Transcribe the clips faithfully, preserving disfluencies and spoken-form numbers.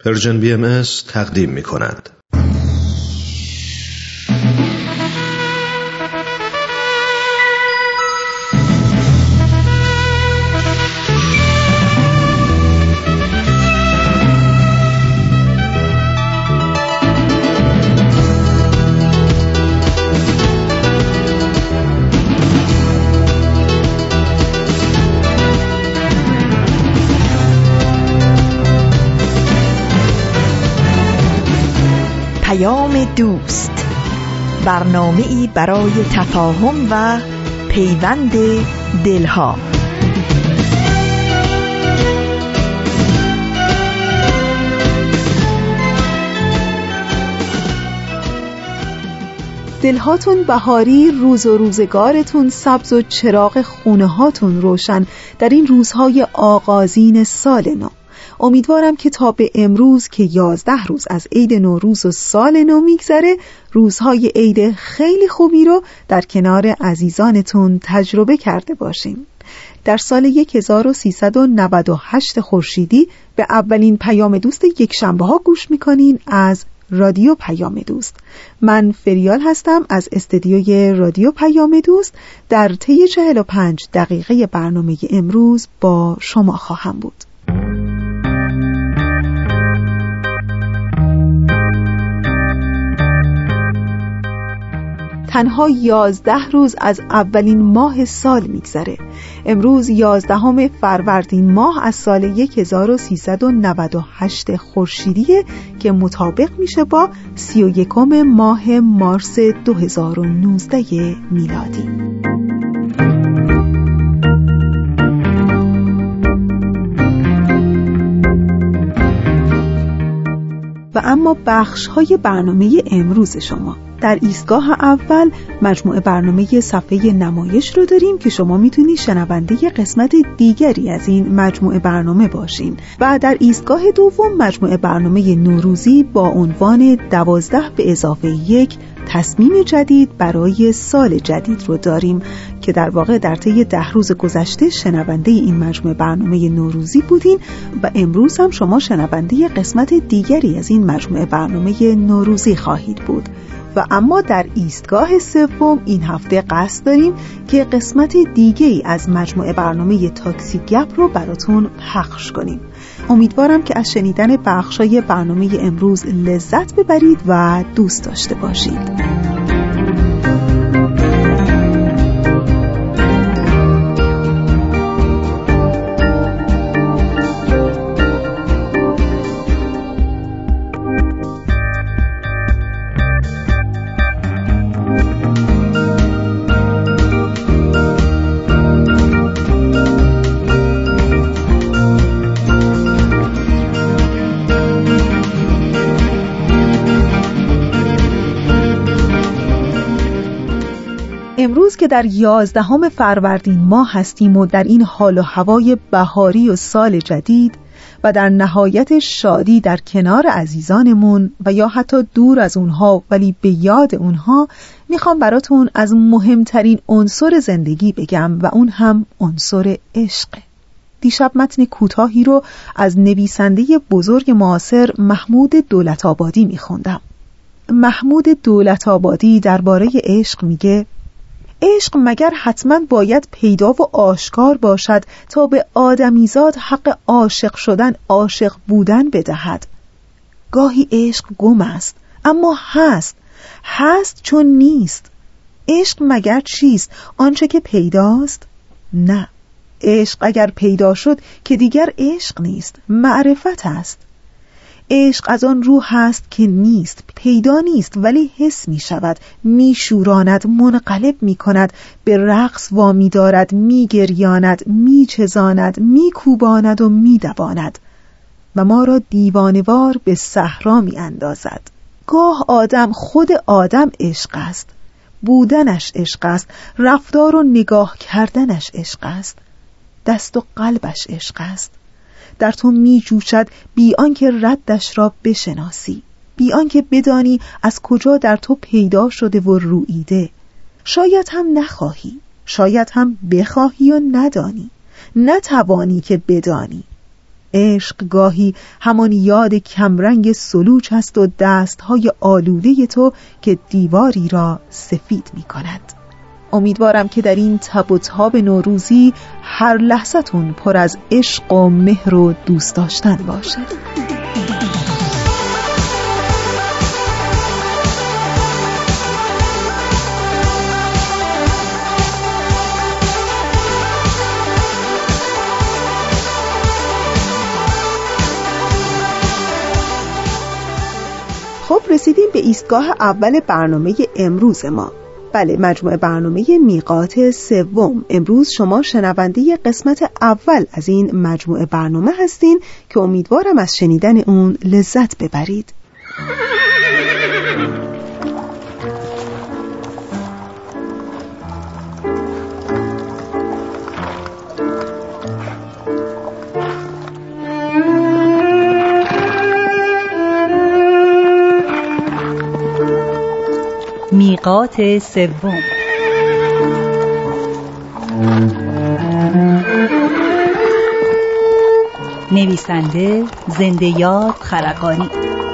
پرژن بی ام اس تقدیم می کند. دوست، برنامه‌ای برای تفاهم و پیوند دلها. دلهاتون بهاری، روز و روزگارتون سبز و چراغ خونه هاتون روشن در این روزهای آغازین سال نو. امیدوارم که تا به امروز که یازده روز از عید نوروز و سال نو میگذره، روزهای عید خیلی خوبی رو در کنار عزیزانتون تجربه کرده باشین. در سال هزار و سیصد و نود و هشت خورشیدی به اولین پیام دوست یک شنبه ها گوش میکنین از رادیو پیام دوست. من فریال هستم از استدیوی رادیو پیام دوست. در طی چهل و پنج دقیقه برنامه امروز با شما خواهم بود. تنها یازده روز از اولین ماه سال میگذره. امروز یازدهم فروردین ماه از سال هزار و سیصد و نود و هشت خورشیدیه که مطابق میشه با سی و یکم ماه مارس دو هزار و نوزده میلادی. و اما بخش‌های برنامه امروز شما. در ایستگاه اول مجموعه برنامه صفحه نمایش رو داریم که شما میتونید شنونده قسمت دیگری از این مجموعه برنامه باشین. و در ایستگاه دوم مجموعه برنامه نوروزی با عنوان دوازده به اضافه یک تصمیم جدید برای سال جدید رو داریم که در واقع در طی ده روز گذشته شنونده این مجموعه برنامه نوروزی بودین و امروز هم شما شنونده قسمت دیگری از این مجموعه برنامه نوروزی خواهید بود. و اما در ایستگاه سوم این هفته قصد داریم که قسمت دیگه‌ای از مجموعه برنامه تاکسی گپ رو براتون پخش کنیم. امیدوارم که از شنیدن بخشای برنامه امروز لذت ببرید و دوست داشته باشید. امروز که در یازدهم فروردین ماه هستیم و در این حال و هوای بهاری و سال جدید و در نهایت شادی در کنار عزیزانمون و یا حتی دور از اونها ولی به یاد اونها، میخوام براتون از مهمترین عنصر زندگی بگم و اون هم عنصر عشق. دیشب متن کوتاهی رو از نویسنده بزرگ معاصر محمود دولت‌آبادی میخوندم. محمود دولت‌آبادی درباره عشق میگه: عشق مگر حتما باید پیدا و آشکار باشد تا به آدمیزاد حق عاشق شدن عاشق بودن بدهد؟ گاهی عشق گم است اما هست، هست چون نیست. عشق مگر چیست؟ آنچه که پیداست؟ نه، عشق اگر پیدا شد که دیگر عشق نیست، معرفت است. عشق از آن روح هست که نیست، پیدا نیست ولی حس می شود، می شوراند، منقلب می کند، به رقص وامی دارد، می گریاند، می چزاند، می کوباند و می دواند و ما را دیوانوار به صحرا می اندازد. گاه آدم خود آدم عشق است، بودنش عشق است، رفتار و نگاه کردنش عشق است، دست و قلبش عشق است. در تو می جوشد بی آنکه ردش را بشناسی، بی آنکه بدانی از کجا در تو پیدا شده و روییده. شاید هم نخواهی، شاید هم بخواهی و ندانی، نتوانی که بدانی. عشق گاهی همان یاد کمرنگ سلوچ است و دستهای آلوده تو که دیواری را سفید می کند. امیدوارم که در این تب و تاب نوروزی هر لحظتون پر از عشق و مهر و دوست داشتن باشه. خب رسیدیم به ایستگاه اول برنامه امروز ما. بله، مجموعه برنامه میقات سوم. امروز شما شنونده قسمت اول از این مجموعه برنامه هستین که امیدوارم از شنیدن اون لذت ببرید. میقات سوم. نویسنده زنده‌یاد خرقانی.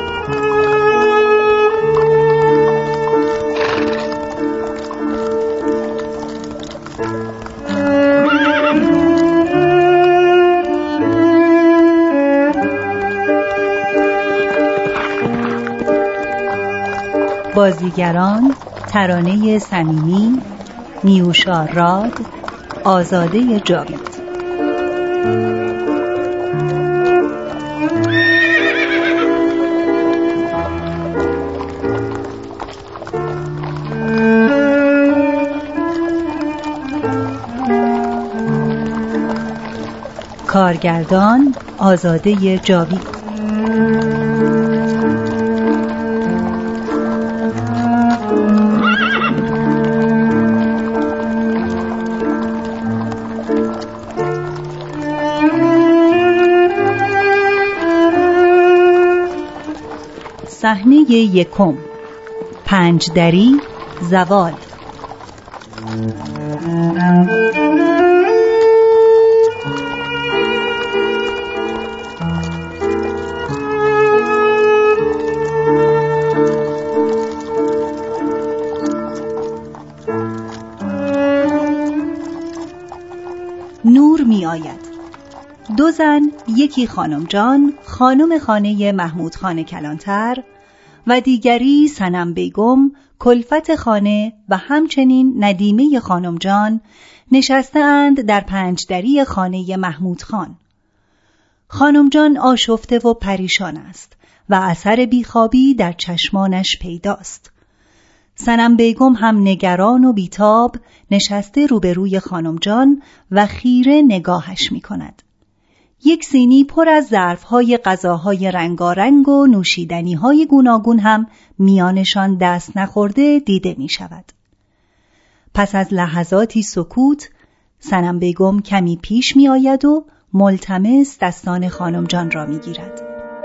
بازیگران: ترانه صمیمی، نیوشا راد، آزاده جاوید. کارگردان: آزاده جاوید. صحنه یکم. پنج دری، زوال. نور می آید. دو زن، یکی خانم جان، خانم خانه محمود خان کلانتر، و دیگری صنم بیگم، کلفت خانه، و همچنین ندیمه خانم جان نشسته‌اند در پنج دری خانه محمود خان. خانم جان آشفته و پریشان است و اثر بیخوابی در چشمانش پیداست. صنم بیگم هم نگران و بیتاب نشسته روبروی خانم جان و خیره نگاهش می کند. یک سینی پر از ظرف‌های غذاهای رنگارنگ و نوشیدنی‌های گوناگون هم میانشان دست نخورده دیده می شود. پس از لحظاتی سکوت، صنم بیگم کمی پیش می آید و ملتمس دستان خانم جان را می گیرد.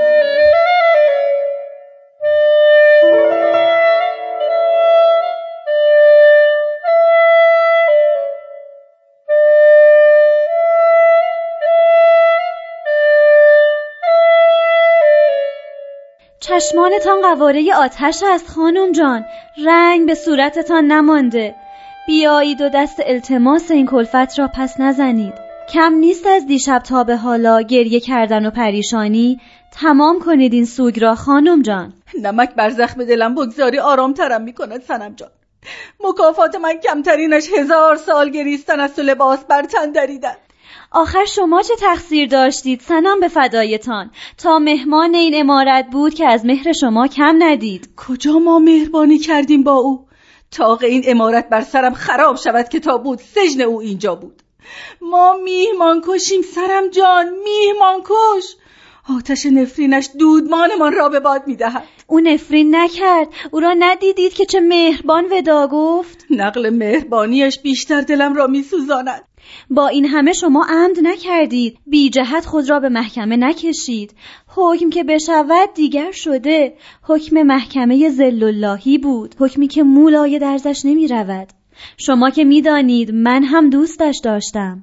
چشمانتان قواره آتش است خانم جان، رنگ به صورتتان نمانده. بیایید و دست التماس این کلفت را پس نزنید. کم نیست از دیشب تا به حالا گریه کردن و پریشانی. تمام کنید این سوگ را خانم جان. نمک بر زخم دلم بگذاری آرامترم می کند صنم جان. مکافات من کمترینش هزار سال گریستن است و لباس بر تن دریدن. آخر شما چه تقصیر داشتید صنم به فدایتان؟ تا مهمان این عمارت بود که از مهر شما کم ندید. کجا ما مهربانی کردیم با او؟ طاق این عمارت بر سرم خراب شود که تا بود سجن او اینجا بود. ما میهمان کشیم سرم جان، میهمان کش. آتش نفرینش دودمانمان را به باد میدهد. او نفرین نکرد، او را ندیدید که چه مهربان ودا گفت؟ نقل مهربانیش بیشتر دلم را میسوزاند. با این همه شما عمد نکردید، بی جهت خود را به محکمه نکشید. حکم که بشود دیگر شده. حکم محکمه ذل اللهی بود، حکمی که مولای درزش نمی رود. شما که می دانید من هم دوستش داشتم.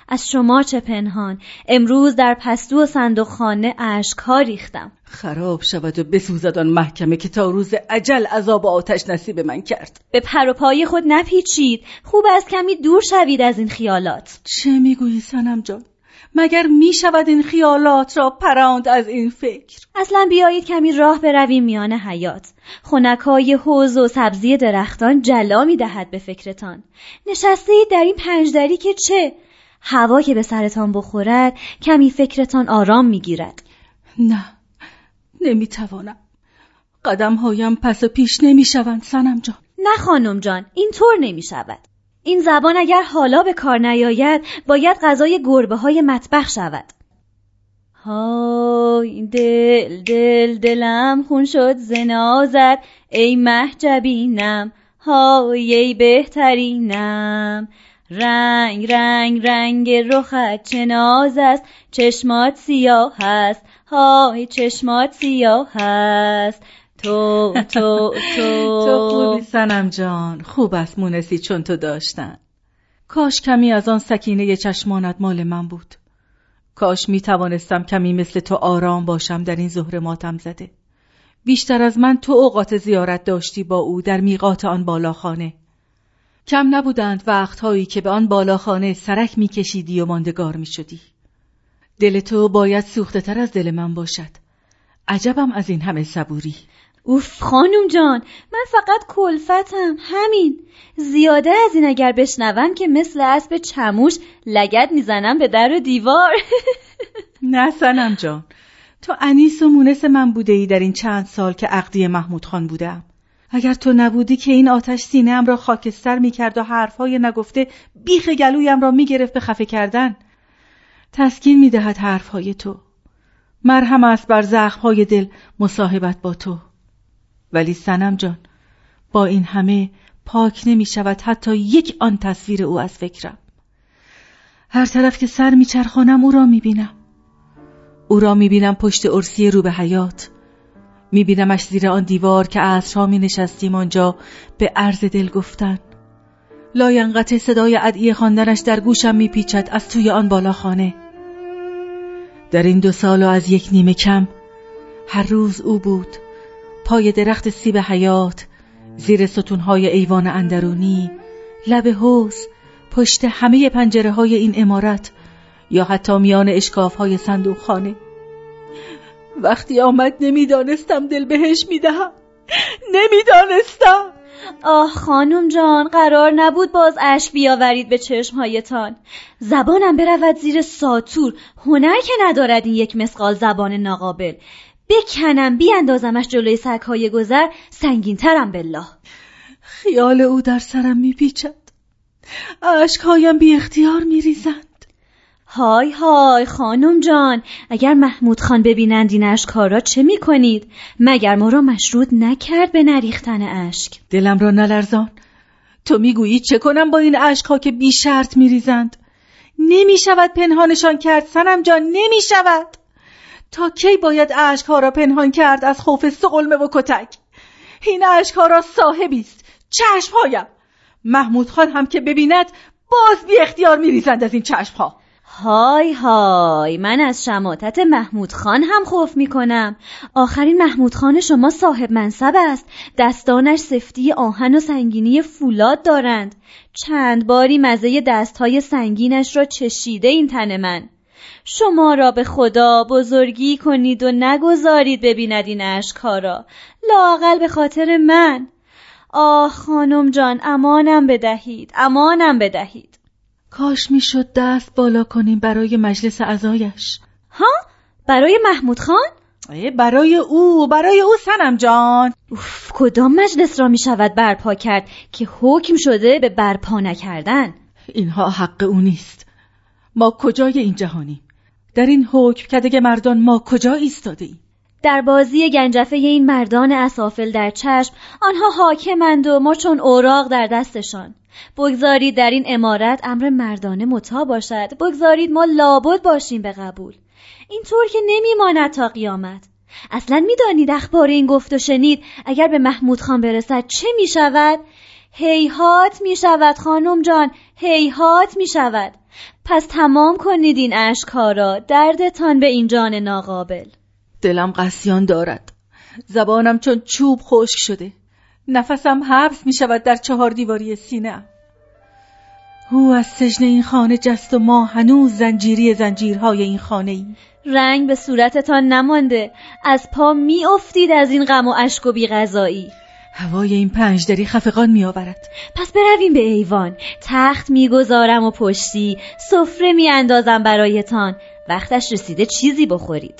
از شما چه پنهان، امروز در پستو و صندوق خانه اشک‌ها ریختم. خراب شود و بسوزد آن محکمه که تا روز اجل عذاب و آتش نصیب من کرد. به پر و پای خود نپیچید، خوب است کمی دور شوید از این خیالات. چه میگویی صنم جان؟ مگر می شود این خیالات را پراند از این فکر؟ اصلا بیایید کمی راه برویم میان حیات. خنکای حوض و سبزی درختان جلا می دهد به فکرتان. نشسته اید در این پنجدری که چه؟ هوا که به سرتان بخورد کمی فکرتان آرام می گیرد. نه، نمی توانم. قدم هایم پس و پیش نمی شوند صنم جان. نه خانم جان، اینطور نمی شود. این زبان اگر حالا به کار نیاید باید غذای گربه های مطبخ شود. های دل دل دلم خون شد زنازت، ای محجبینم های ای بهترینم، رنگ رنگ رنگ رخت چه ناز است، چشمات سیاه است های چشمات سیاه است، تو تو تو تو خوبی صنم جان، خوب است مونسی چون تو داشتن. کاش کمی از آن سکینه چشمانت مال من بود. کاش می توانستم کمی مثل تو آرام باشم در این ظهر ماتم زده. بیشتر از من تو اوقات زیارت داشتی با او در میقات آن بالاخانه. کم نبودند وقتهایی که به آن بالاخانه سرک می کشیدی و ماندگار می شدی. دل تو باید سوخته تر از دل من باشد. عجبم از این همه صبوری. اوف خانم جان، من فقط کلفتم، همین. زیاده از این اگر بشنوم که مثل اسب چموش لگد میزنم به در و دیوار. نه صنم جان، تو انیس و مونس من بوده ای در این چند سال که عقدی محمود خان بودم. اگر تو نبودی که این آتش سینه‌ام را خاکستر میکرد و حرفهای نگفته بیخ گلویم را میگرفت به خفه کردن. تسکین میدهد حرفهای تو، مرهم است بر زخمهای دل مصاحبت با تو. ولی صنم جان، با این همه پاک نمی شود حتی یک آن تصویر او از فکرم. هر طرف که سر می چرخانم او را می بینم. او را می بینم پشت ارسی رو به حیات. می بینمش زیر آن دیوار که عصرها می نشستیم آنجا به عرض دل گفتن. لاینقطع صدای ادعیه خواندنش در گوشم می پیچد از توی آن بالاخانه. در این دو سال و از یک نیمه کم هر روز او بود، پای درخت سیب حیات، زیر ستونهای ایوان اندرونی، لب حوض، پشت همه پنجره های این عمارت یا حتی میان اشکافهای صندوق خانه. وقتی آمد نمیدانستم دل بهش میدهم، نمیدانستم. آه خانم جان، قرار نبود باز اشک بیاورید به چشمهایتان. زبانم برود زیر ساتور، هنر که ندارد این یک مسقال زبان ناقابل. بکنم بیاندازمش جلوی سگ‌های گذر، سنگین‌ترم بالله. خیال او در سرم میپیچد، اشک‌هایم بی اختیار میریزند. های های خانم جان، اگر محمود خان ببینند این اشک‌ها را چه میکنید؟ مگر ما را مشروط نکرد به نریختن اشک؟ دلم را نلرزان. تو میگویی چه کنم با این اشک‌ها که بی شرط میریزند؟ نمیشود پنهانشان کرد صنم جان، نمیشود. تا کی باید اشک‌ها را پنهان کرد از خوف سقلمه و کتک؟ این اشک‌ها را صاحبی است، چشم‌هایم. محمود خان هم که ببیند باز بی اختیار میریزند از این چشم‌ها. های های، من از شماتت محمود خان هم خوف میکنم. آخرین محمود خان شما صاحب منصب است، دستانش سفتی آهن و سنگینی فولاد دارند. چند باری مزه دستهای سنگینش را چشیده این تن من. شما را به خدا بزرگی کنید و نگذارید ببیند این اشک‌ها را، لااقل به خاطر من. آه خانم جان، امانم بدهید، امانم بدهید. کاش میشد دست بالا کنیم برای مجلس عزایش. ها؟ برای محمود خان؟ برای او، برای او صنم جان. اوف، کدام مجلس را می شود برپا کرد که حکم شده به برپا نکردن؟ اینها حق او نیست. ما کجای این جهانیم؟ در این حکم کدگ مردان ما کجا ایستاده ایم؟ در بازی گنجفه این مردان اسافل در چشم، آنها حاکمند و ما چون اوراق در دستشان. بگذارید در این امارت امر مردانه مطاع باشد، بگذارید ما لابد باشیم به قبول. اینطور که نمیماند تا قیامت. اصلا میدانید اخبار این گفت و شنید اگر به محمود خان برسد چه میشود؟ هیهات می شود خانم جان، هیهات می شود. پس تمام کنید این اشک‌ها را، دردتان به این جان ناقابل. دلم قسیان دارد، زبانم چون چوب خشک شده، نفسم حبس می شود در چهار دیواری سینه‌ام. او از سجن این خانه جست و ما هنوز زنجیری زنجیرهای این خانه ای. رنگ به صورتتان نمانده، از پا می افتید از این غم و اشک و بی‌غذایی. هوای این پنجدری خفقان می آورد. پس برویم به ایوان، تخت می گذارم و پشتی، سفره می اندازم برایتان، وقتش رسیده چیزی بخورید.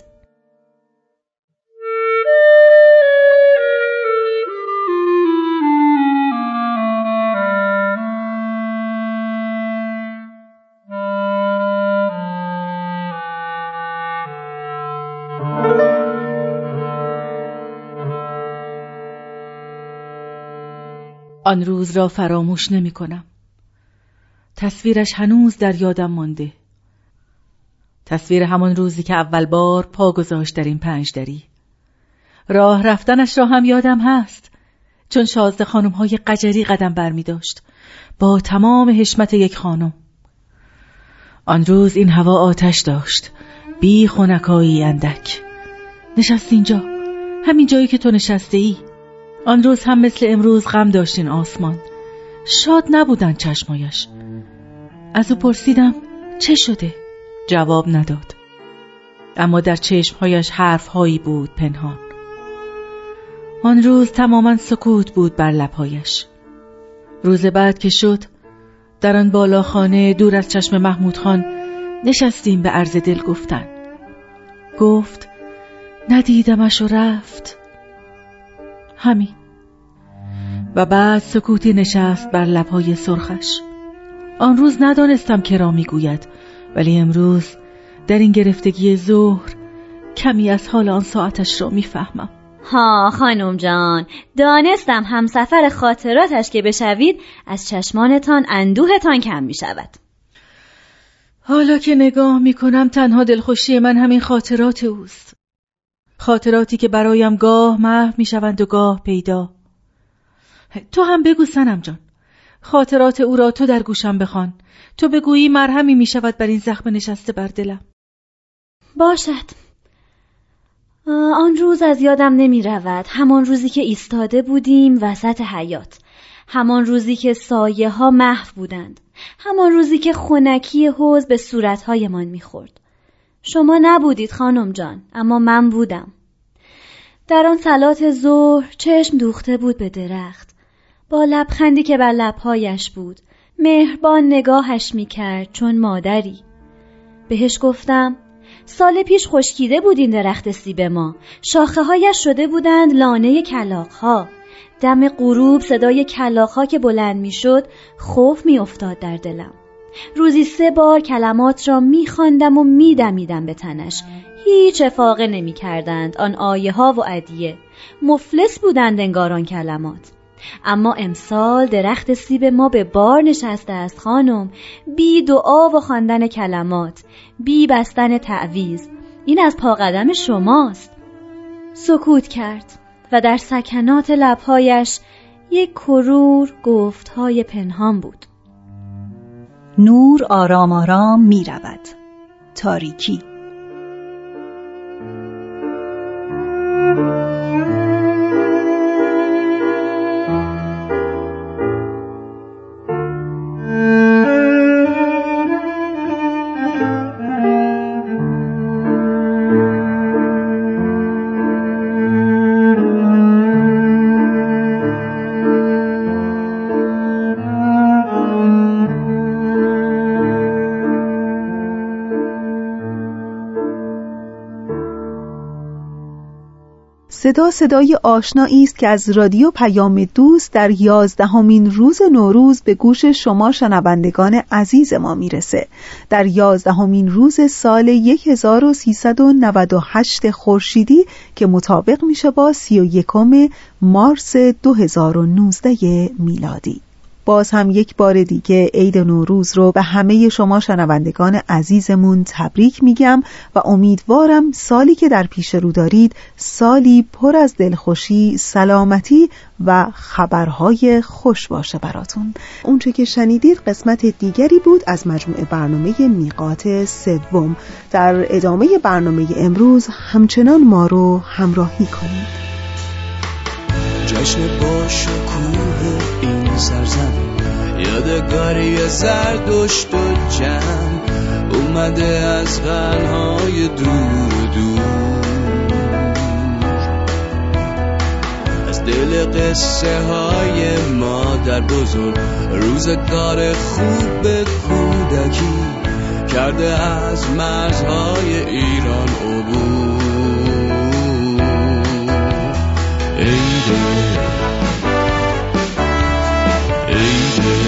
آن روز را فراموش نمی کنم. تصویرش هنوز در یادم مانده. تصویر همان روزی که اول بار پا گذاشت در این پنجدری. راه رفتنش را هم یادم هست، چون شازده خانم های قجری قدم بر می داشت با تمام حشمت یک خانم. آن روز این هوا آتش داشت، بی خنکایی اندک. نشست اینجا، همین جایی که تو نشسته ای. آن روز هم مثل امروز غم داشت این آسمان. شاد نبودن چشمایش. از او پرسیدم چه شده؟ جواب نداد، اما در چشمهایش حرفهایی بود پنهان. آن روز تماما سکوت بود بر لبهایش. روز بعد که شد، در آن بالاخانه دور از چشم محمود خان نشستیم به عرض دل گفتن. گفت ندیدمش و رفت. همین. و بعد سکوتی نشست بر لبهای سرخش. آن روز ندانستم که را میگوید، ولی امروز در این گرفتگی ظهر کمی از حال آن ساعتش را میفهمم. ها خانم جان، دانستم همسفر خاطراتش که بشوید از چشمانتان اندوهتان کم می شود. حالا که نگاه می کنم تنها دلخوشی من همین خاطرات اوست. خاطراتی که برایم گاه محو می شوند و گاه پیدا. تو هم بگو صنم جان، خاطرات او را تو در گوشم بخوان، تو بگویی مرهمی می شود بر این زخم نشسته بر دلم. باشد. آن روز از یادم نمی رود، همان روزی که ایستاده بودیم وسط حیاط، همان روزی که سایه ها محو بودند، همان روزی که خنکی حوض به صورتهایمان می خورد. شما نبودید خانم جان، اما من بودم. در آن صلات ظهر چشم دوخته بود به درخت، با لبخندی که بر لبهایش بود، مهربان نگاهش می کرد چون مادری. بهش گفتم سال پیش خشکیده بود این درخت سیب ما، شاخه هایش شده بودند لانه کلاغ ها. دم غروب صدای کلاغ ها که بلند می شد خوف می افتاد در دلم. روزی سه بار کلمات را می خواندم و می دمیدم به تنش. هیچ افاقه نمی کردند آن آیه ها و ادعیه. مفلس بودند انگار آن کلمات. اما امسال درخت سیب ما به بار نشسته است خانم، بی دعا و خواندن کلمات، بی بستن تعویذ. این از پا قدم شماست. سکوت کرد و در سکنات لبهایش یک کرور گفتهای پنهان بود. نور آرام آرام می رود. تاریکی. صدا صدای آشنایی است که از رادیو پیام دوست در یازدهمین روز نوروز به گوش شما شنوندگان عزیز ما میرسه. در یازدهمین روز سال هزار و سیصد و نود و هشت خورشیدی که مطابق میشه با سی و یکم مارس دو هزار و نوزده میلادی. باز هم یک بار دیگه عید نوروز رو به همه شما شنوندگان عزیزمون تبریک میگم و امیدوارم سالی که در پیش رو دارید سالی پر از دلخوشی، سلامتی و خبرهای خوش باشه براتون. اونچه که شنیدید قسمت دیگری بود از مجموعه برنامه میقات سوم. در ادامه برنامه امروز همچنان ما رو همراهی کنید. جشن با شکوه این سرزمین، یادگاری زردشت و جمع، اومده از قرنهای دور دور، از دل قصه های مادر بزرگ، روزگار خوب کودکی کرده از مرزهای ایران عبور. عیده عیده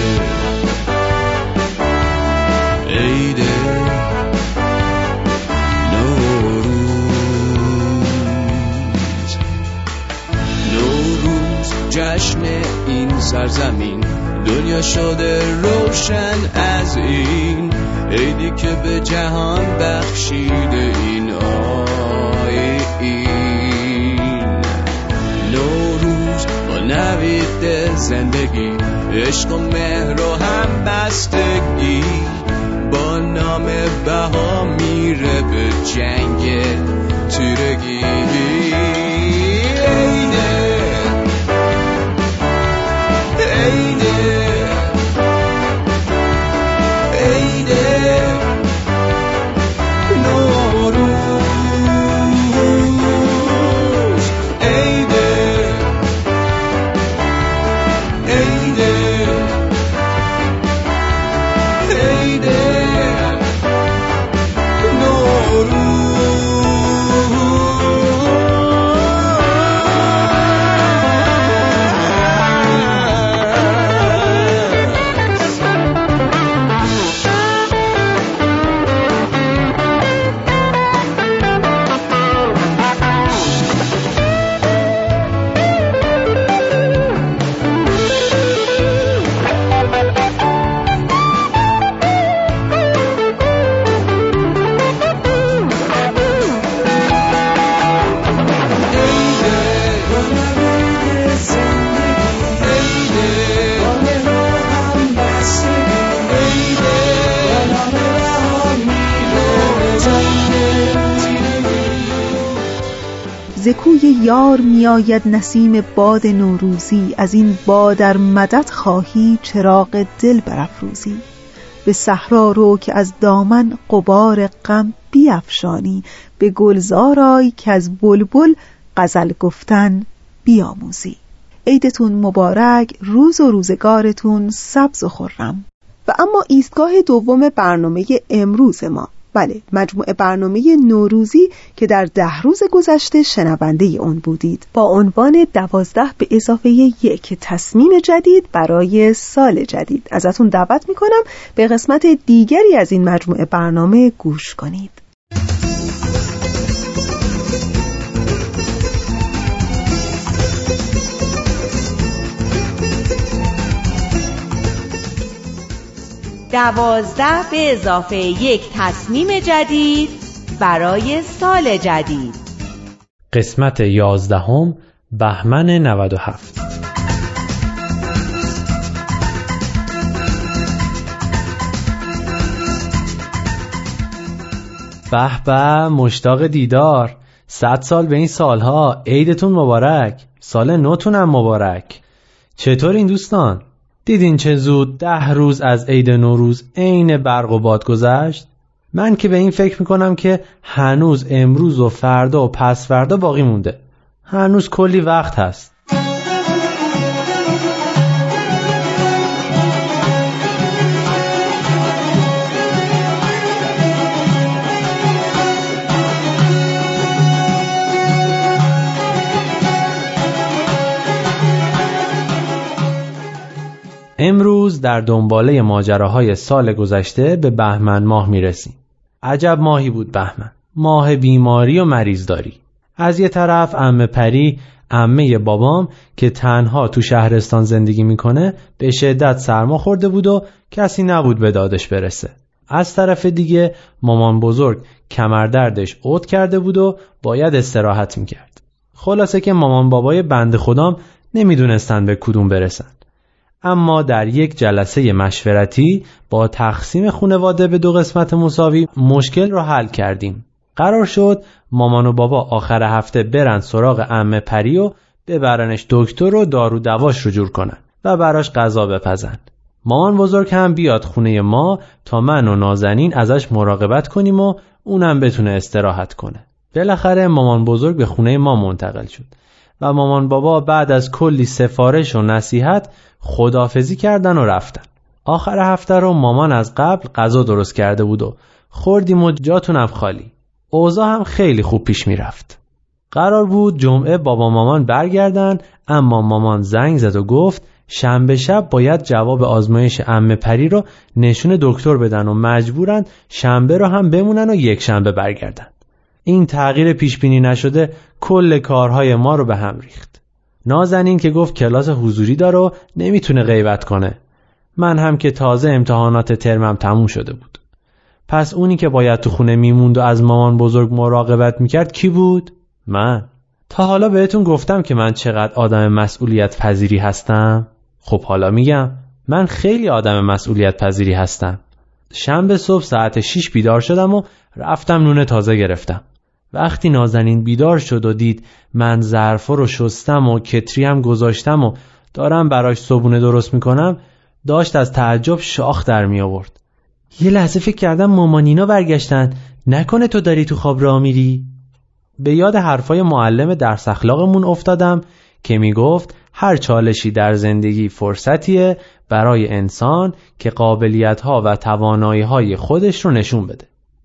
عیده نوروز، نوروز جشن این سرزمین، دنیا شده روشن از این عیدی که به جهان بخشیده این آیین. نوروز با نوید زندگی، عشق و مهر و هم بستگی، با نام بها میره به جنگ تیرگی. عیده عیده عیده نوروز، عیده عیده عیده نوروز. ز کوی یار میآید نسیم باد نوروزی، از این باد ار مدد خواهی چراغ دل برافروزی. به صحرا رو که از دامن غبار غم بیفشانی، به گلزار آی که از بلبل غزل گفتن بیاموزی. عیدتون مبارک، روز و روزگارتون سبز و خرم. و اما ایستگاه دوم برنامه امروز ما، بله، مجموعه برنامه نوروزی که در ده روز گذشته شنونده اون بودید، با عنوان دوازده به اضافه یک تصمیم جدید برای سال جدید. ازتون دعوت میکنم به قسمت دیگری از این مجموعه برنامه گوش کنید. دوازده به اضافه یک تصمیم جدید برای سال جدید. قسمت یازدهم، بهمن نود و هفت. به به، مشتاق دیدار. صد سال به این سالها. عیدتون مبارک، سال نوتونم مبارک. چطور این دوستان؟ دیدین چه زود ده روز از عید نوروز عین برق و باد گذشت؟ من که به این فکر میکنم که هنوز امروز و فردا و پس فردا باقی مونده. هنوز کلی وقت هست. امروز در دنباله ماجراهای سال گذشته به بهمن ماه میرسیم. عجب ماهی بود بهمن، ماه بیماری و مریضداری. از یه طرف عمه پری، عمه بابام که تنها تو شهرستان زندگی میکنه، به شدت سرما خورده بود و کسی نبود به دادش برسه. از طرف دیگه مامان بزرگ کمردردش عود کرده بود و باید استراحت میکرد. خلاصه که مامان بابای بنده خودم نمیدونستن به کدوم برسن. اما در یک جلسه مشورتی با تقسیم خانواده به دو قسمت مساوی مشکل رو حل کردیم. قرار شد مامان و بابا آخر هفته برن سراغ عمه پری و ببرنش دکتر و دارو دواش رو جور کنن و براش غذا بپزن. مامان بزرگ هم بیاد خونه ما تا من و نازنین ازش مراقبت کنیم و اونم بتونه استراحت کنه. بالاخره مامان بزرگ به خونه ما منتقل شد و مامان بابا بعد از کلی سفارش و نصیحت خداحافظی کردن و رفتن. آخر هفته رو مامان از قبل غذا درست کرده بود و خوردیم و جاتونم خالی. اوضاع هم خیلی خوب پیش می رفت. قرار بود جمعه بابا مامان برگردن، اما مامان زنگ زد و گفت شنبه شب باید جواب آزمایش عمه پری رو نشون دکتر بدن و مجبورن شنبه رو هم بمونن و یک شنبه برگردن. این تغییر پیش بینی نشده کل کارهای ما رو به هم ریخت. نازنین که گفت کلاس حضوری داره و نمیتونه غیبت کنه. من هم که تازه امتحانات ترمم تموم شده بود. پس اونی که باید تو خونه میموند و از مامان بزرگ مراقبت میکرد کی بود؟ من. تا حالا بهتون گفتم که من چقدر آدم مسئولیت پذیری هستم؟ خب حالا میگم من خیلی آدم مسئولیت پذیری هستم. شنبه صبح ساعت شیش بیدار شدم و رفتم نون تازه گرفتم. وقتی نازنین بیدار شد و دید من ظرفا رو شستم و کتری هم گذاشتم و دارم براش صبونه درست میکنم، داشت از تعجب شاخ در می آورد. یه لحظه فکر کردم مامانینا برگشتن، نکنه تو داری تو خواب راه میری؟ به یاد حرفای معلم درس اخلاقمون افتادم که میگفت هر چالشی در زندگی فرصتیه برای انسان که قابلیت‌ها و توانایی‌های خودش رو نشون بده.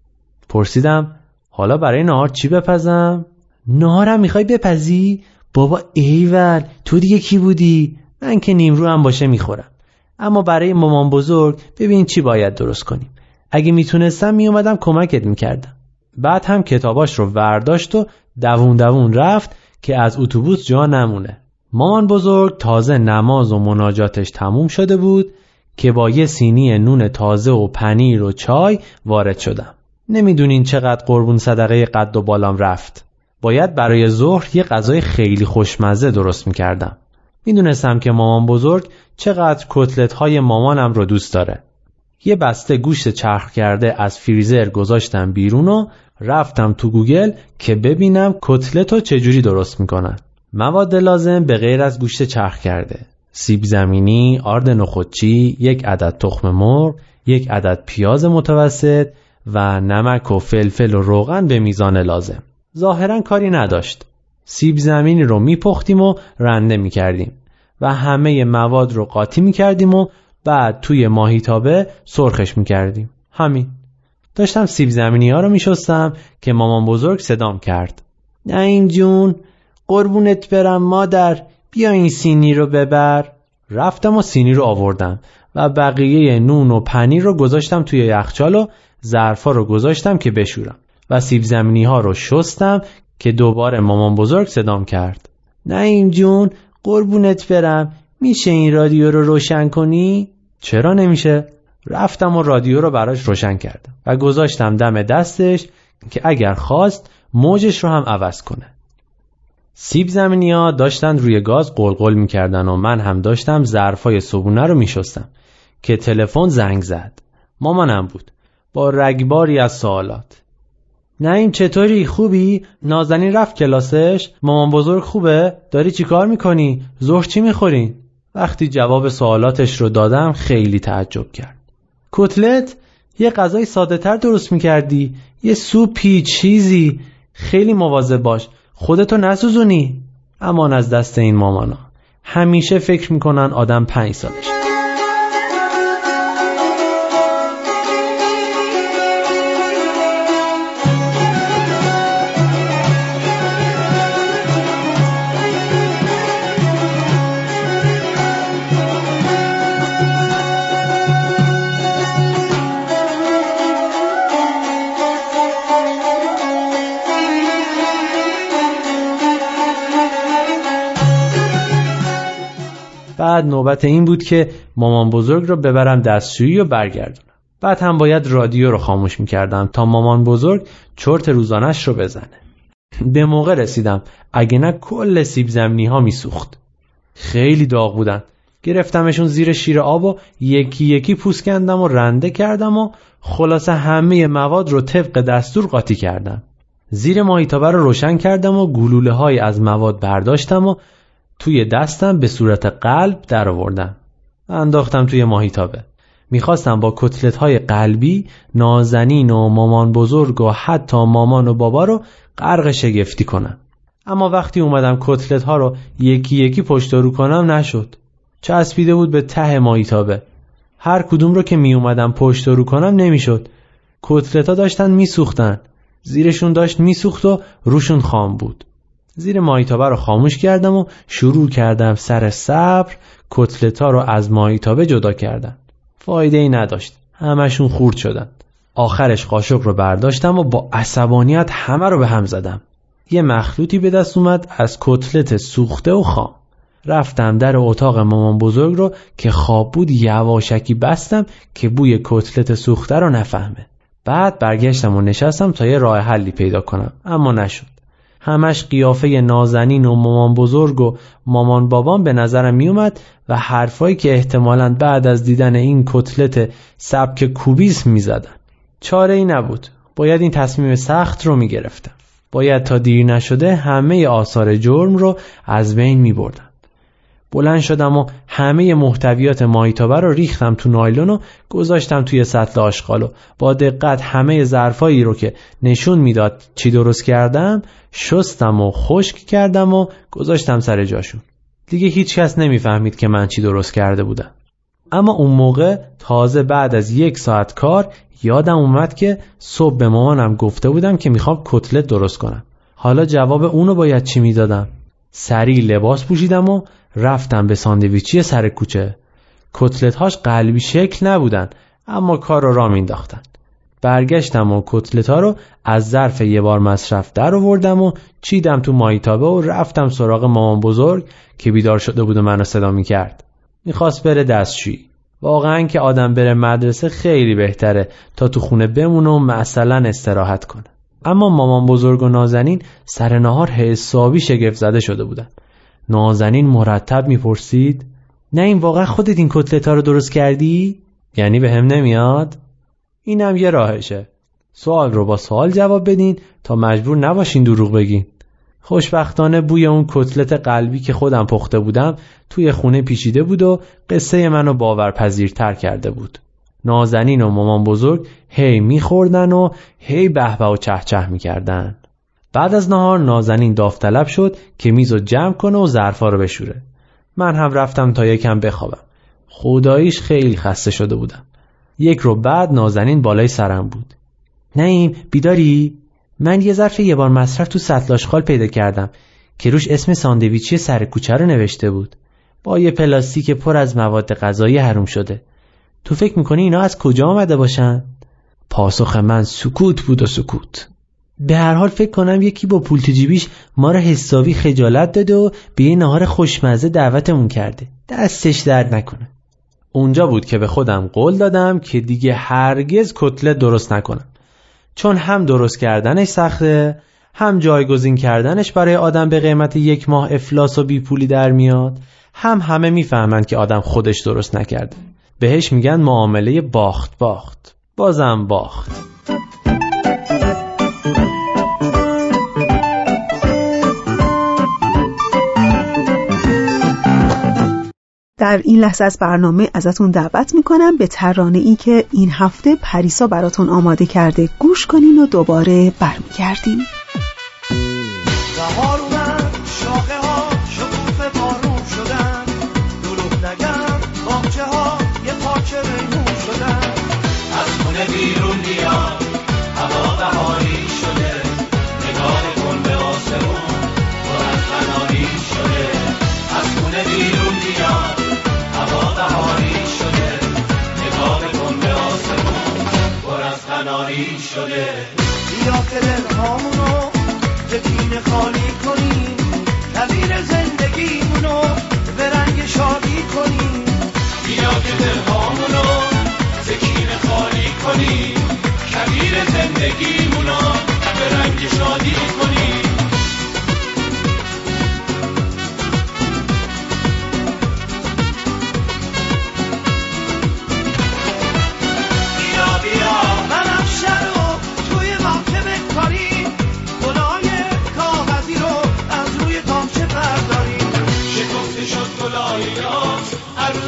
پرسیدم حالا برای نهار چی بپزم؟ نهارم میخوای بپزی؟ بابا ایول، تو دیگه کی بودی؟ من که نیمرو هم باشه میخورم. اما برای مامان بزرگ ببین چی باید درست کنیم. اگه میتونستم میومدم کمکت میکردم. بعد هم کتاباش رو ورداشت و دوون دوون رفت که از اتوبوس جا نمونه. مامان بزرگ تازه نماز و مناجاتش تموم شده بود که با یه سینی نون تازه و پنیر و چای وارد شدم. نمیدونین چقدر قربون صدقه قد و بالام رفت. باید برای ظهر یه غذای خیلی خوشمزه درست میکردم. میدونستم که مامان بزرگ چقدر کتلت های مامانم رو دوست داره. یه بسته گوشت چرخ کرده از فریزر گذاشتم بیرون و رفتم تو گوگل که ببینم کتلت رو چجوری درست میکنن. مواد لازم به غیر از گوشت چرخ کرده: سیب زمینی، آرد نخودچی، یک عدد تخم مرغ، یک عدد پیاز متوسط و نمک و فلفل و روغن به میزان لازم. ظاهراً کاری نداشت. سیب زمینی رو میپختیم و رنده میکردیم و همه مواد رو قاطی میکردیم و بعد توی ماهیتابه سرخش میکردیم. همین. داشتم سیب زمینی ها رو میشستم که مامان بزرگ صدام کرد: نعیم جون، قربونت برم مادر، بیا این سینی رو ببر. رفتم و سینی رو آوردم و بقیه نون و پنیر رو گذاشتم توی یخچال و ظرفا رو گذاشتم که بشورم و سیب زمینی ها رو شستم که دوباره مامان بزرگ صدام کرد: نعیم جون، قربونت برم، میشه این رادیو رو روشن کنی؟ چرا نمیشه؟ رفتم و رادیو رو براش روشن کردم و گذاشتم دم دستش که اگر خواست موجش رو هم عوض کنه. سیب زمینی ها داشتن روی گاز قلقل میکردن و من هم داشتم ظرفای صبونه رو میشستم که تلفن زنگ زد. مامانم بود با رگباری از سوالات: نعیم چطوری؟ خوبی؟ نازنین رفت کلاسش؟ مامان بزرگ خوبه؟ داری چی کار میکنی؟ ظهر چی میخورین؟ وقتی جواب سوالاتش رو دادم خیلی تعجب کرد. کتلت؟ یه غذای ساده تر درست میکردی؟ یه سوپی چیزی؟ خیلی مواظب باش خودتو نسوزونی. امان از دست این مامانا، همیشه فکر میکنن آدم پنج سالش. بعد نوبت این بود که مامان بزرگ رو ببرم دستشویی و برگردونم. بعد هم باید رادیو رو خاموش میکردم تا مامان بزرگ چرت روزانش رو بزنه. به موقع رسیدم، اگه نه کل سیب زمینی ها میسوخت. خیلی داغ بودن. گرفتمشون زیر شیر آب و یکی یکی پوست کندم و رنده کردم و خلاصه همه مواد رو طبق دستور قاطی کردم. زیر ماهیتابه رو روشن کردم و گلوله های از مواد برداشتم و توی دستم به صورت قلب در آوردم. انداختم توی ماهیتابه. میخواستم با کتلت های قلبی نازنین و مامان بزرگ و حتی مامان و بابا رو غرق شگفتی کنم. اما وقتی اومدم کتلت ها رو یکی یکی پشت رو کنم نشد. چسبیده بود به ته ماهیتابه. هر کدوم رو که می اومدم پشت رو کنم نمیشد. کتلت ها داشتن میسوختن. زیرشون داشت میسوخت و روشون خام بود. زیر ماهیتابه رو خاموش کردم و شروع کردم سر صبر کتلت ها رو از ماهیتابه جدا کردم. فایده ای نداشت. همشون خورد شدن. آخرش قاشق رو برداشتم و با عصبانیت همه رو به هم زدم. یه مخلوطی به دست اومد از کتلت سوخته و خام. رفتم در اتاق مامان بزرگ رو که خواب بود یواشکی بستم که بوی کتلت سوخته رو نفهمه. بعد برگشتم و نشستم تا یه راه حلی پیدا کنم، اما نشد. همش قیافه نازنین و مامان بزرگ و مامان بابام به نظرم می اومد و حرفایی که احتمالاً بعد از دیدن این کتلت سبک کوبیسم می زدن. چاره ای نبود. باید این تصمیم سخت رو می گرفتم. باید تا دیر نشده همه آثار جرم رو از بین می بردم. بلند شدم و همه محتویات ماهیتابه رو ریختم تو نایلون و گذاشتم توی سطل آشغال و با دقت همه ظرفایی رو که نشون میداد چی درست کردم شستم و خشک کردم و گذاشتم سر جاشون. دیگه هیچ کس نمیفهمید که من چی درست کرده بودم. اما اون موقع تازه بعد از یک ساعت کار یادم اومد که صبح به مامانم گفته بودم که میخوام کتلت درست کنم. حالا جواب اونو باید چی میدادم؟ سریع لباس پوشیدم و رفتم به ساندویچی سر کوچه. کتلت هاش قلبی شکل نبودن اما کار رو راه مینداختن. برگشتم و کتلت ها رو از ظرف یه بار مصرف در آوردم و چیدم تو ماهیتابه و رفتم سراغ مامان بزرگ که بیدار شده بود و منو صدا میکرد. میخواست بره دستشویی. واقعا که آدم بره مدرسه خیلی بهتره تا تو خونه بمونه و مثلا استراحت کنه. اما مامان بزرگ و نازنین سر نهار حسابی شگفت زده شده بودن. نازنین مرتب میپرسید نه این واقعا خودت این کتلت ها رو درست کردی؟ یعنی به هم نمیاد؟ اینم یه راهشه. سوال رو با سوال جواب بدین تا مجبور نباشین دروغ بگین. خوشبختانه بوی اون کتلت قلبی که خودم پخته بودم توی خونه پیچیده بود و قصه منو باورپذیرتر کرده بود. نازنین و مامان بزرگ هی میخوردن و هی به به و چه چه میکردن. بعد از نهار نازنین داوطلب شد که میزو جمع کنه و ظرفا رو بشوره. من هم رفتم تا یکم بخوابم. خداییش خیلی خسته شده بودم. یک رو بعد نازنین بالای سرم بود. نعیم بیداری؟ من یه ظرف یه بار مصرف تو سطل آشغال پیدا کردم که روش اسم ساندویچی سر کوچه رو نوشته بود. با یه پلاستیک پر از مواد غذایی حروم شده. تو فکر میکنی اینا از کجا آمده باشن؟ پاسخ من سکوت بود و سکوت. به هر حال فکر کنم یکی با پول تو جیبیش ما رو حسابی خجالت داده و به یه نهار خوشمزه دعوتمون کرده. دستش درد نکنه. اونجا بود که به خودم قول دادم که دیگه هرگز کتلت درست نکنم. چون هم درست کردنش سخته، هم جایگزین کردنش برای آدم به قیمت یک ماه افلاس و بی پولی در میاد، هم همه میفهمن که آدم خودش درست نکرده. بهش میگن معامله باخت باخت. بازم باخت. در این لحظه از برنامه ازتون دعوت میکنم به ترانه‌ای که این هفته پریسا براتون آماده کرده گوش کنین و دوباره برمیگردیم. بهار اومد، شاخه ها شکوفه بارون شدن، دروغ نگم باغچه ها یه پاچه ریمون شدن. از خونه بیرون بیاد هوا بهاری شده، نگاه کن به آسمون پر از قناری شده. از خونه بیرون بیاد هوا بهاری شده، نگاه کن به آسمون پر از قناری شده. بیا که دلهامونو یکینه خالی کنیم، کویر زندگیمونو به رنگ شادی کنیم. بیا که دلهامونو یکینه خالی کنیم، کویر زندگیمونو به رنگ شادی کنیم.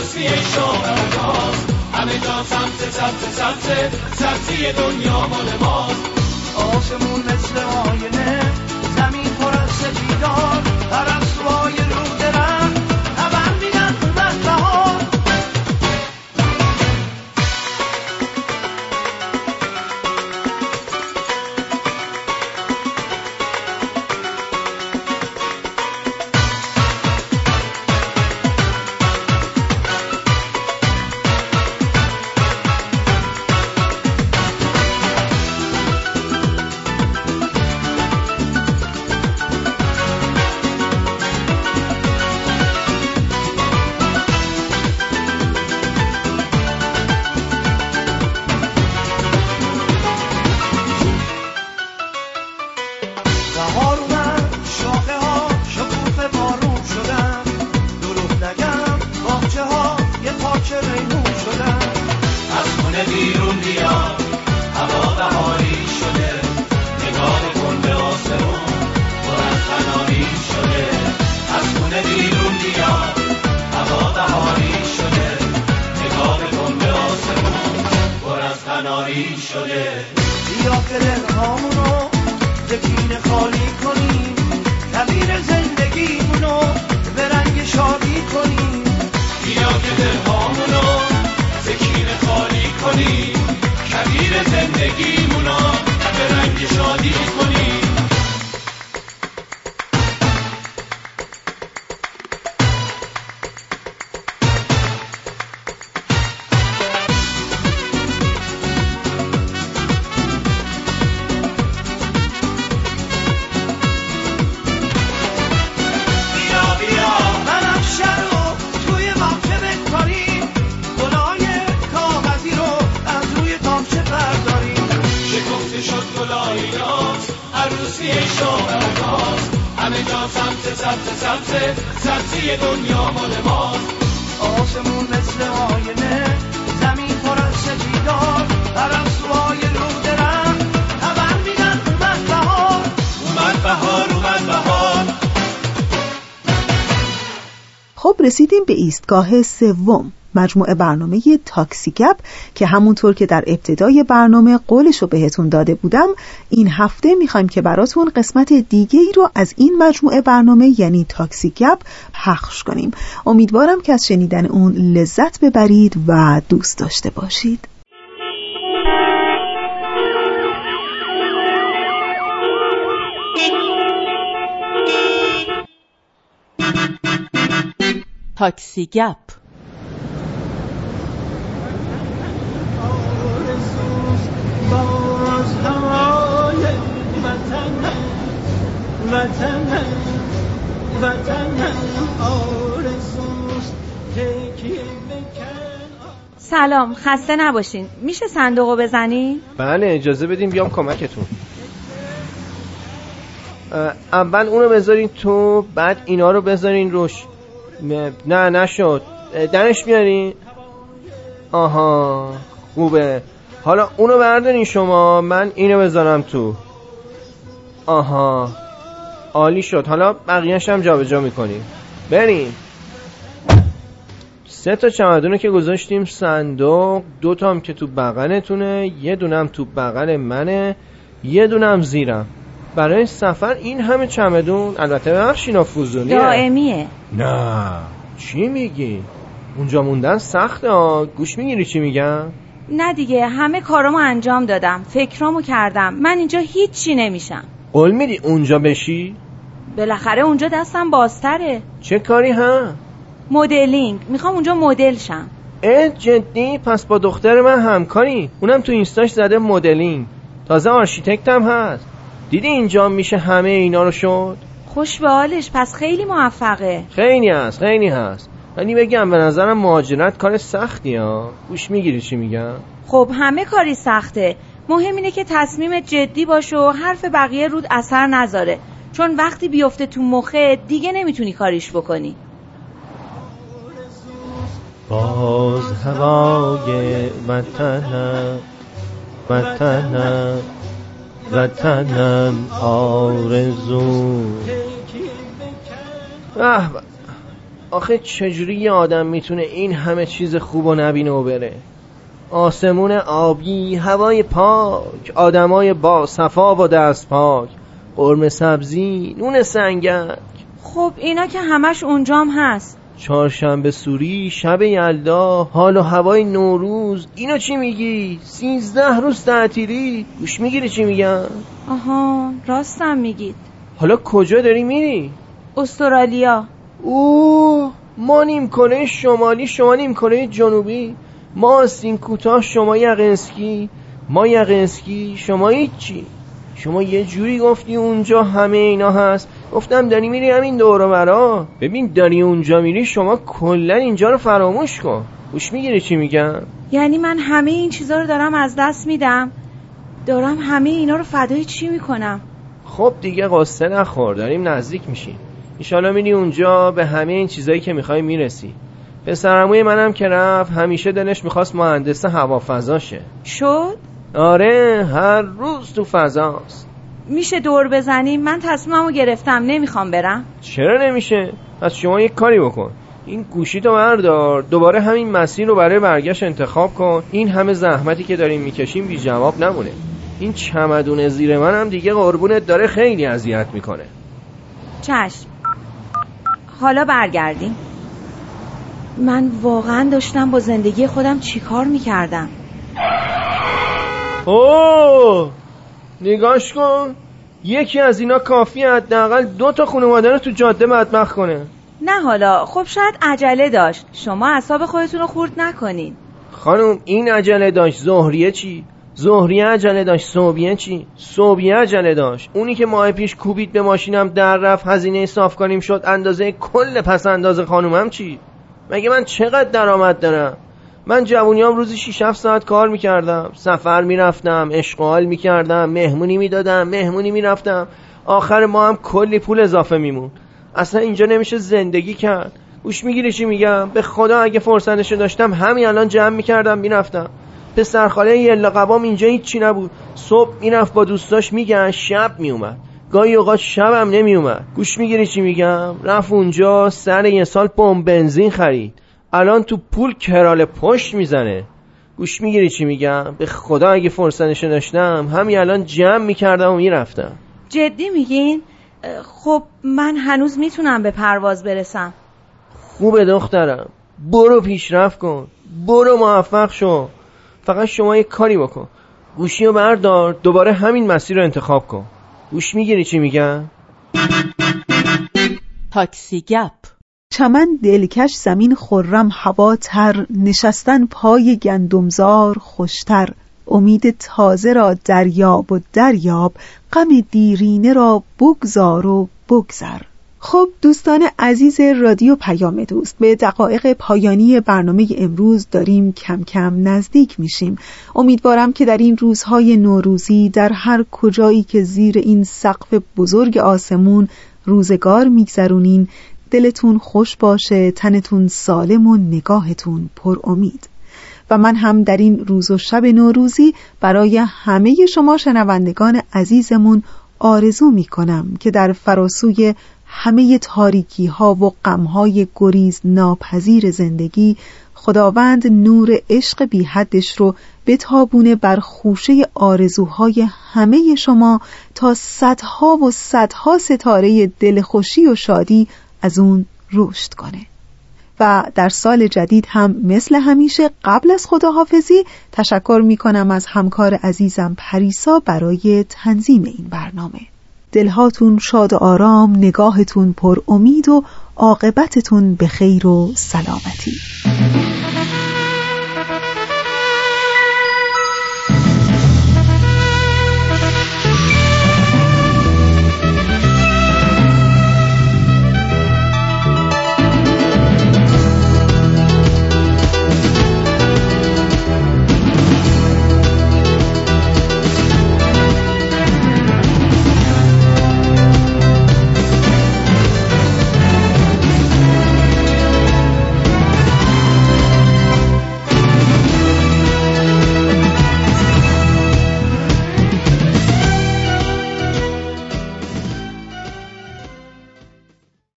عروسی شاهرگاز، همه جا سمت سمت سمت سبزی دنیا مال ماست. آسمون مثل آینه، زمین پر از سپیدار، هر از سوای رو درم خبر میدن اومد بهار. شده بیا که دلهامونو یکین خالی کنیم، تعبیر زندگیمونو به رنگ شادی کنیم. بیا که دلهامونو یکین خالی کنیم، تعبیر زندگیمونو به رنگ شادی کنیم. عروسی شاهرگاز، همه جا سمت سمت سمت سبزی دنیا مال ماست. آسمون مثل آینه، زمین پر از سپیدار، هر از سوای رو درم خبر میدن اومد بهار. اومد بهار اومد بهار. خب رسیدیم به ایستگاه سوم، مجموعه برنامه تاکسی گپ که همونطور که در ابتدای برنامه قولشو بهتون داده بودم، این هفته میخوایم که براتون قسمت دیگه ای رو از این مجموعه برنامه یعنی تاکسی گپ پخش کنیم. امیدوارم که از شنیدن اون لذت ببرید و دوست داشته باشید. تاکسی گپ. سلام، خسته نباشین. میشه صندوقو بزنی؟ بله اجازه بدیم بیام کمکتون. اول اونو بذارین تو، بعد اینا رو بذارین روش. نه نشد، درش بیارین. آها خوبه. حالا اونو بردارین شما، من اینو بذارم تو. آها عالی شد. حالا بقیه‌اش هم جابجا می‌کنیم. بریم. سه تا چمدونو که گذاشتیم صندوق، دو تام که تو بغلتونه، یه دونم تو بغل منه، یه دونم زیرم. برای سفر این همه چمدون، البته بخشینا فوزونیه. دائمیه. نه چی میگی؟ اونجا موندن سخته ها. گوش میگیری چی میگم؟ نه دیگه، همه کارامو انجام دادم، فکرامو کردم. من اینجا هیچی نمیشم. قول میدی اونجا بشی؟ بالاخره اونجا دستم بازتره. چه کاری ها؟ مدلینگ. میخوام اونجا مدل شم. اه جدی؟ پس با دختر من همکاری؟ اونم تو اینستاش زده مدلینگ. تازه آرشیتکت هم هست. دیدی اینجا میشه همه اینا رو شد؟ خوش به حالش، پس خیلی موفقه. خیلی هست خیلی هست. ولی بگم به نظرم مهاجرت کار سختی ها. گوش میگیری چی میگم؟ خب همه کاری سخته. مهم اینه که تصمیم جدی باشه و حرف بقیه رود اثر نذاره، چون وقتی بیفته تو مخه دیگه نمیتونی کاریش بکنی. باز هوای وطنم وطنم وطنم آرزو. آخه چجوری یه آدم میتونه این همه چیز خوب و نبینه و بره؟ آسمون آبی، هوای پاک، آدمای با صفا و دست پاک، قرمه سبزی، نون سنگک. خب اینا که همش اونجام هست. چهارشنبه سوری، شب یلدا، حال و هوای نوروز. اینو چی میگی؟ سیزده روز تعطیلی. گوش میگیری چی میگم؟ آها، راستم میگید. حالا کجا داری میری؟ استرالیا. اوه، ما نیم کره شمالی، شما نیم کره جنوبی. ما آستین کوتاه، شما یقه اسکی. ما یقه اسکی، شما هیچی. شما یه جوری گفتی اونجا همه اینا هست، گفتم داری میری همین دور و برا. ببین داری اونجا میری، شما کلا اینجا رو فراموش کن. گوش میگیری چی میگم؟ یعنی من همه این چیزا رو دارم از دست میدم؟ دارم همه اینا رو فدای چی میکنم؟ خب دیگه قصه نخور، داریم نزدیک میشیم. انشالله میری اونجا به همه این چیزایی که میخوای میرسی. پسرعموی منم که رفت همیشه دلش میخواست مهندس هوافضا شه. شد؟ آره، هر روز تو فضاست. میشه دور بزنیم؟ من تصمیممو گرفتم، نمیخوام برم. چرا نمیشه؟ پس شما یک کاری بکن، این گوشی تو بردار، دوباره همین مسیر رو برای برگشت انتخاب کن. این همه زحمتی که داریم میکشیم بی جواب نمونه. این چمدون زیر من هم دیگه قربونت داره خیلی اذیت میکنه. چشم، حالا برگردیم. من واقعا داشتم با زندگی خودم چیکار میکردم؟ اوه، نگاش کن، یکی از اینا کافی حداقل دو تا خانواده رو تو جاده بدبخت کنه. نه حالا، خب شاید عجله داشت، شما اعصاب خودتون رو خورد نکنین. خانم این عجله داشت، زهریه چی؟ زهریه عجله داشت، صوبیه چی؟ صوبیه عجله داشت. اونی که ماه پیش کوبید به ماشینم در رفت، هزینه صاف کنیم شد اندازه کل پس انداز خانومم چی؟ مگه من چقدر درآمد دارم؟ من جوونیام روزی شش هفت ساعت کار میکردم، سفر میرفتم، اشغال میکردم، مهمونی میدادم، مهمونی میرفتم، آخر ما هم کلی پول اضافه میمون. اصلا اینجا نمیشه زندگی کرد. گوش میگیری چی میگم؟ به خدا اگه فرصتشو داشتم همین الان جمع میکردم میرفتم. پسرخاله یلا قبام اینجا هیچی نبود، صبح میرفت با دوستاش میگشت، شب میومد، گاهی اوقات شبم نمیومد. گوش میگیری چی میگم؟ رفت اونجا سر یه سال پمپ بنزین خرید، الان تو پول کرال پشت میزنه. گوش میگیری چی میگم؟ به خدا اگه فرصتشو داشتم همین الان جمع میکردم و میرفتم. جدی میگین؟ خب من هنوز میتونم به پرواز برسم. خوبه دخترم، برو پیشرفت کن، برو موفق شو. فقط شما یک کاری بکن، گوشی رو بردار، دوباره همین مسیر رو انتخاب کن. گوش میگیری چی میگم؟ تاکسی گپ. چمن دلکش، زمین خرم، هوا تر، نشستن پای گندمزار خوشتر. امید تازه را دریاب و دریاب، غم دیرینه را بگذار و بگذر. خب دوستان عزیز رادیو پیام دوست، به دقایق پایانی برنامه امروز داریم کم کم نزدیک میشیم. امیدوارم که در این روزهای نوروزی در هر کجایی که زیر این سقف بزرگ آسمون روزگار میگذرونین دلتون خوش باشه، تنتون سالم و نگاهتون پر امید. و من هم در این روز و شب نوروزی برای همه شما شنوندگان عزیزمون آرزو می کنم که در فراسوی همه تاریکی ها و غم های گریز ناپذیر زندگی خداوند نور عشق بی حدش رو بتابونه بر خوشه آرزوهای همه شما تا صدها و صدها ستاره دلخوشی و شادی از اون رشد کنه. و در سال جدید هم مثل همیشه قبل از خداحافظی تشکر می کنم از همکار عزیزم پریسا برای تنظیم این برنامه. دلهاتون شاد و آرام، نگاهتون پر امید و عاقبتتون به خیر و سلامتی.